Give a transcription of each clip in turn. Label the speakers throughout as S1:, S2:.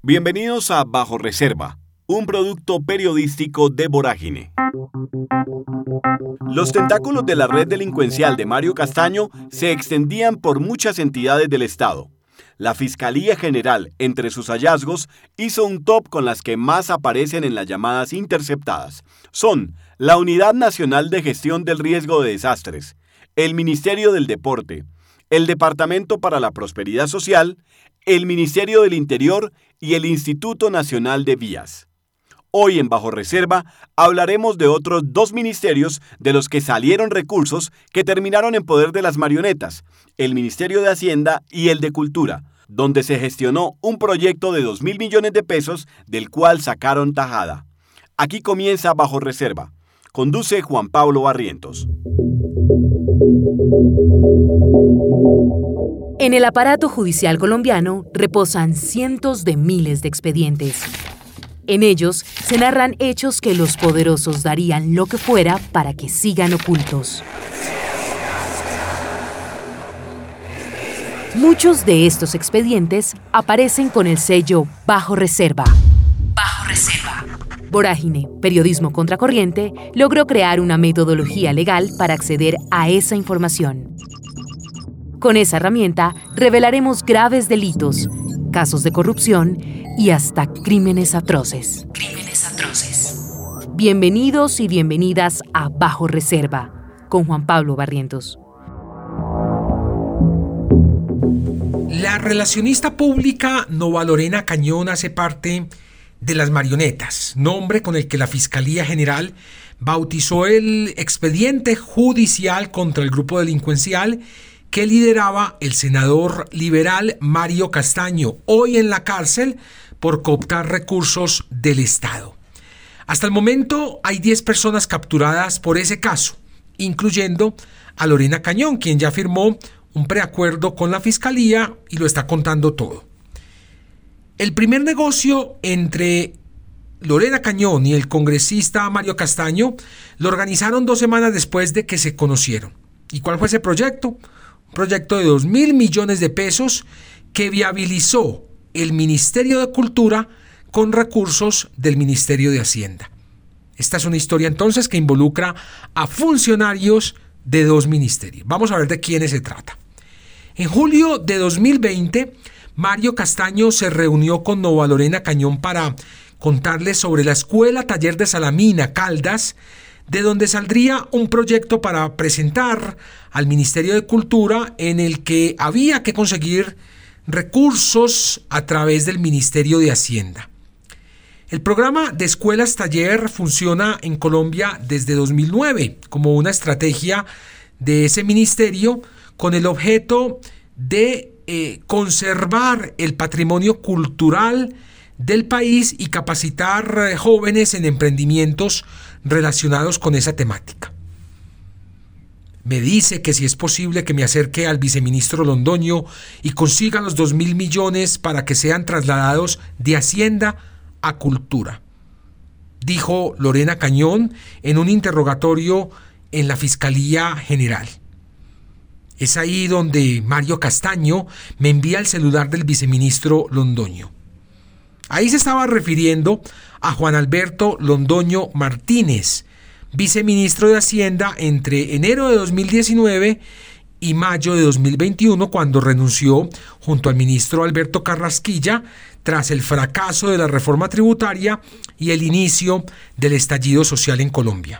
S1: Bienvenidos a Bajo Reserva, un producto periodístico de Vorágine. Los tentáculos de la red delincuencial de Mario Castaño se extendían por muchas entidades del Estado. La Fiscalía General, entre sus hallazgos, hizo un top con las que más aparecen en las llamadas interceptadas. Son la Unidad Nacional de Gestión del Riesgo de Desastres, el Ministerio del Deporte, el Departamento para la Prosperidad Social, el Ministerio del Interior y el Instituto Nacional de Vías. Hoy en Bajo Reserva hablaremos de otros dos ministerios de los que salieron recursos que terminaron en poder de las marionetas, el Ministerio de Hacienda y el de Cultura, donde se gestionó un proyecto de 2.000 millones de pesos del cual sacaron tajada. Aquí comienza Bajo Reserva. Conduce Juan Pablo Barrientos.
S2: En el aparato judicial colombiano reposan cientos de miles de expedientes. En ellos se narran hechos que los poderosos darían lo que fuera para que sigan ocultos. Muchos de estos expedientes aparecen con el sello Bajo Reserva. Bajo Reserva. Vorágine, periodismo contracorriente, logró crear una metodología legal para acceder a esa información. Con esa herramienta revelaremos graves delitos, casos de corrupción y hasta crímenes atroces. Bienvenidos y bienvenidas a Bajo Reserva, con Juan Pablo Barrientos.
S3: La relacionista pública Nova Lorena Cañón hace parte de las marionetas, nombre con el que la Fiscalía General bautizó el expediente judicial contra el grupo delincuencial que lideraba el senador liberal Mario Castaño, hoy en la cárcel por cooptar recursos del Estado. Hasta el momento hay 10 personas capturadas por ese caso, incluyendo a Lorena Cañón, quien ya firmó un preacuerdo con la Fiscalía y lo está contando todo. El primer negocio entre Lorena Cañón y el congresista Mario Castaño lo organizaron 2 semanas después de que se conocieron. ¿Y cuál fue ese proyecto? Un proyecto de 2.000 millones de pesos que viabilizó el Ministerio de Cultura con recursos del Ministerio de Hacienda. Esta es una historia entonces que involucra a funcionarios de 2 ministerios. Vamos a ver de quiénes se trata. En julio de 2020, Mario Castaño se reunió con Nova Lorena Cañón para contarles sobre la Escuela Taller de Salamina, Caldas, de donde saldría un proyecto para presentar al Ministerio de Cultura en el que había que conseguir recursos a través del Ministerio de Hacienda. El programa de escuelas taller funciona en Colombia desde 2009 como una estrategia de ese ministerio con el objeto de conservar el patrimonio cultural del país y capacitar jóvenes en emprendimientos relacionados con esa temática. Me dice que si es posible que me acerque al viceministro Londoño y consiga los 2.000 millones para que sean trasladados de Hacienda a Cultura, dijo Lorena Cañón en un interrogatorio en la Fiscalía General. Es ahí donde Mario Castaño me envía el celular del viceministro Londoño. Ahí se estaba refiriendo a Juan Alberto Londoño Martínez, viceministro de Hacienda entre enero de 2019 y mayo de 2021, cuando renunció junto al ministro Alberto Carrasquilla tras el fracaso de la reforma tributaria y el inicio del estallido social en Colombia.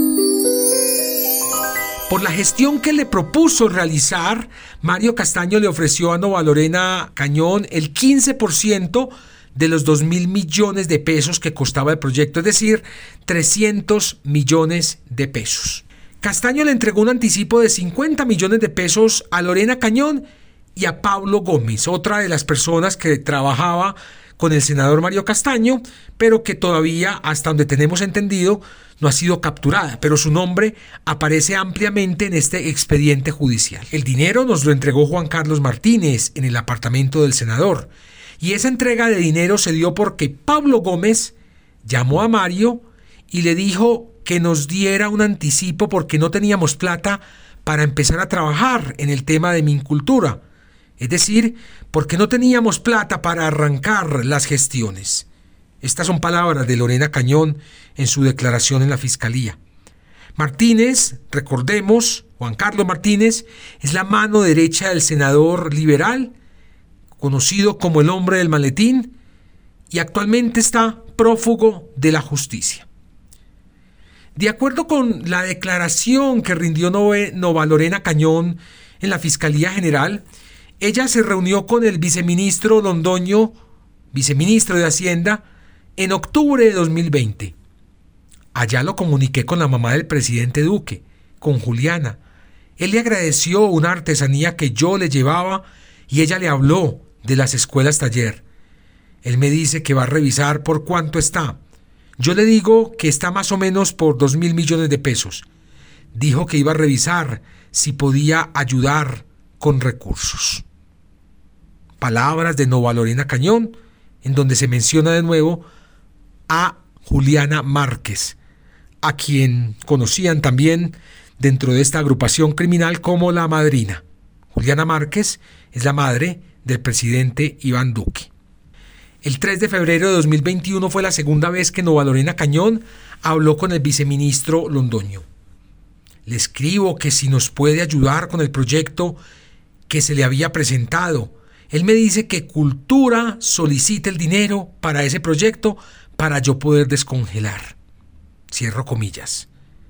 S3: Por la gestión que le propuso realizar, Mario Castaño le ofreció a Nova Lorena Cañón el 15% de los 2.000 millones de pesos que costaba el proyecto, es decir, 300 millones de pesos. Castaño le entregó un anticipo de 50 millones de pesos a Lorena Cañón y a Pablo Gómez, otra de las personas que trabajaba con el senador Mario Castaño, pero que todavía, hasta donde tenemos entendido, no ha sido capturada, pero su nombre aparece ampliamente en este expediente judicial. El dinero nos lo entregó Juan Carlos Martínez en el apartamento del senador, y esa entrega de dinero se dio porque Pablo Gómez llamó a Mario y le dijo que nos diera un anticipo porque no teníamos plata para empezar a trabajar en el tema de Mincultura. Es decir, porque no teníamos plata para arrancar las gestiones. Estas son palabras de Lorena Cañón en su declaración en la Fiscalía. Martínez, recordemos, Juan Carlos Martínez, es la mano derecha del senador liberal, conocido como el hombre del maletín, y actualmente está prófugo de la justicia. De acuerdo con la declaración que rindió Nova Lorena Cañón en la Fiscalía General, ella se reunió con el viceministro Londoño, viceministro de Hacienda, en octubre de 2020. Allá lo comuniqué con la mamá del presidente Duque, con Juliana. Él le agradeció una artesanía que yo le llevaba y ella le habló de las escuelas taller. Él me dice que va a revisar por cuánto está. Yo le digo que está más o menos por 2.000 millones de pesos. Dijo que iba a revisar si podía ayudar con recursos. Palabras de Nova Lorena Cañón, en donde se menciona de nuevo a Juliana Márquez, a quien conocían también dentro de esta agrupación criminal como la madrina. Juliana Márquez es la madre del presidente Iván Duque. El 3 de febrero de 2021 fue la segunda vez que Nova Lorena Cañón habló con el viceministro Londoño. Le escribo que si nos puede ayudar con el proyecto que se le había presentado. Él me dice que Cultura solicite el dinero para ese proyecto para yo poder descongelar. Cierro comillas.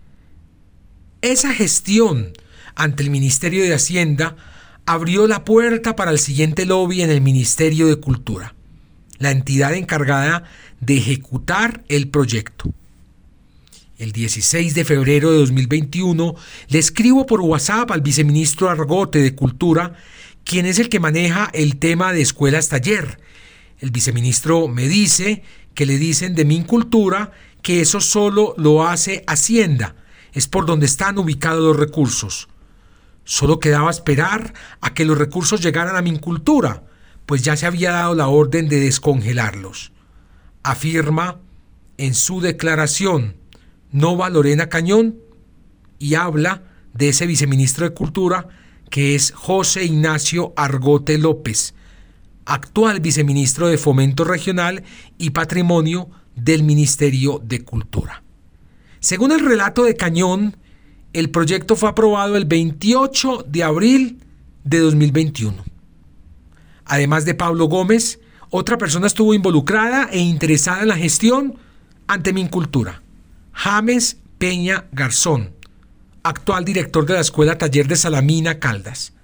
S3: Esa gestión ante el Ministerio de Hacienda abrió la puerta para el siguiente lobby en el Ministerio de Cultura, la entidad encargada de ejecutar el proyecto. El 16 de febrero de 2021 le escribo por WhatsApp al viceministro Argote de Cultura, quien es el que maneja el tema de escuelas taller. El viceministro me dice que le dicen de Mincultura que eso solo lo hace Hacienda, es por donde están ubicados los recursos. Solo quedaba esperar a que los recursos llegaran a Mincultura, pues ya se había dado la orden de descongelarlos. Afirma en su declaración Nova Lorena Cañón y habla de ese viceministro de Cultura que es José Ignacio Argote López, actual viceministro de Fomento Regional y Patrimonio del Ministerio de Cultura. Según el relato de Cañón, el proyecto fue aprobado el 28 de abril de 2021. Además de Pablo Gómez, otra persona estuvo involucrada e interesada en la gestión ante Mincultura. James Peña Garzón, actual director de la Escuela Taller de Salamina, Caldas.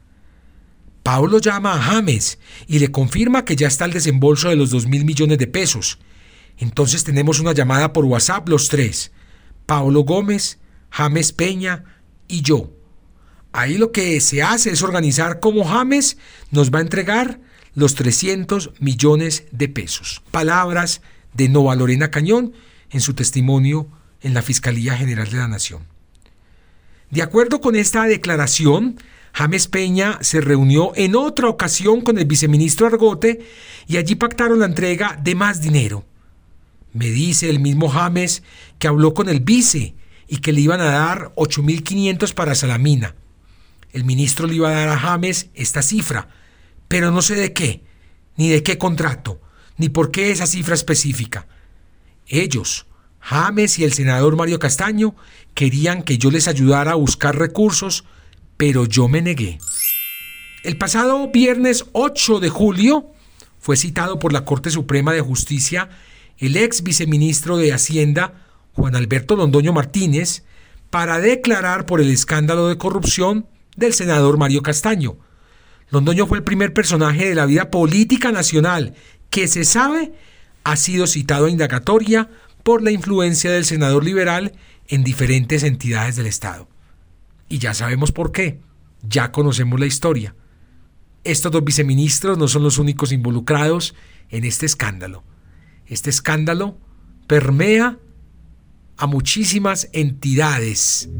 S3: Pablo llama a James y le confirma que ya está el desembolso de los 2.000 millones de pesos. Entonces tenemos una llamada por WhatsApp los tres, Pablo Gómez, James Peña y yo. Ahí lo que se hace es organizar cómo James nos va a entregar los 300 millones de pesos. Palabras de Nova Lorena Cañón en su testimonio en la Fiscalía General de la Nación. De acuerdo con esta declaración, James Peña se reunió en otra ocasión con el viceministro Argote y allí pactaron la entrega de más dinero. Me dice el mismo James que habló con el vice y que le iban a dar 8.500 para Salamina. El ministro le iba a dar a James esta cifra, pero no sé de qué, ni de qué contrato, ni por qué esa cifra específica. Ellos, James y el senador Mario Castaño, querían que yo les ayudara a buscar recursos, pero yo me negué. El pasado viernes 8 de julio fue citado por la Corte Suprema de Justicia el ex viceministro de Hacienda, Juan Alberto Londoño Martínez, para declarar por el escándalo de corrupción del senador Mario Castaño. Londoño fue el primer personaje de la vida política nacional que se sabe ha sido citado a indagatoria por la influencia del senador liberal en diferentes entidades del Estado. Y ya sabemos por qué, ya conocemos la historia. Estos dos viceministros no son los únicos involucrados en este escándalo. Este escándalo permea a muchísimas entidades.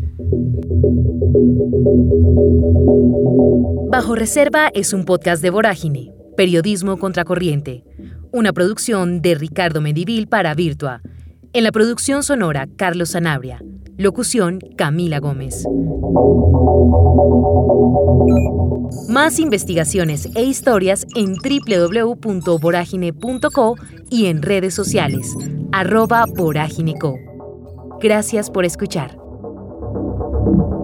S2: Bajo Reserva es un podcast de Vorágine, Periodismo Contracorriente, una producción de Ricardo Medivil para Virtua. En la producción sonora, Carlos Sanabria. Locución, Camila Gómez. Más investigaciones e historias en www.voragine.co y en redes sociales, @voragineco. Gracias por escuchar.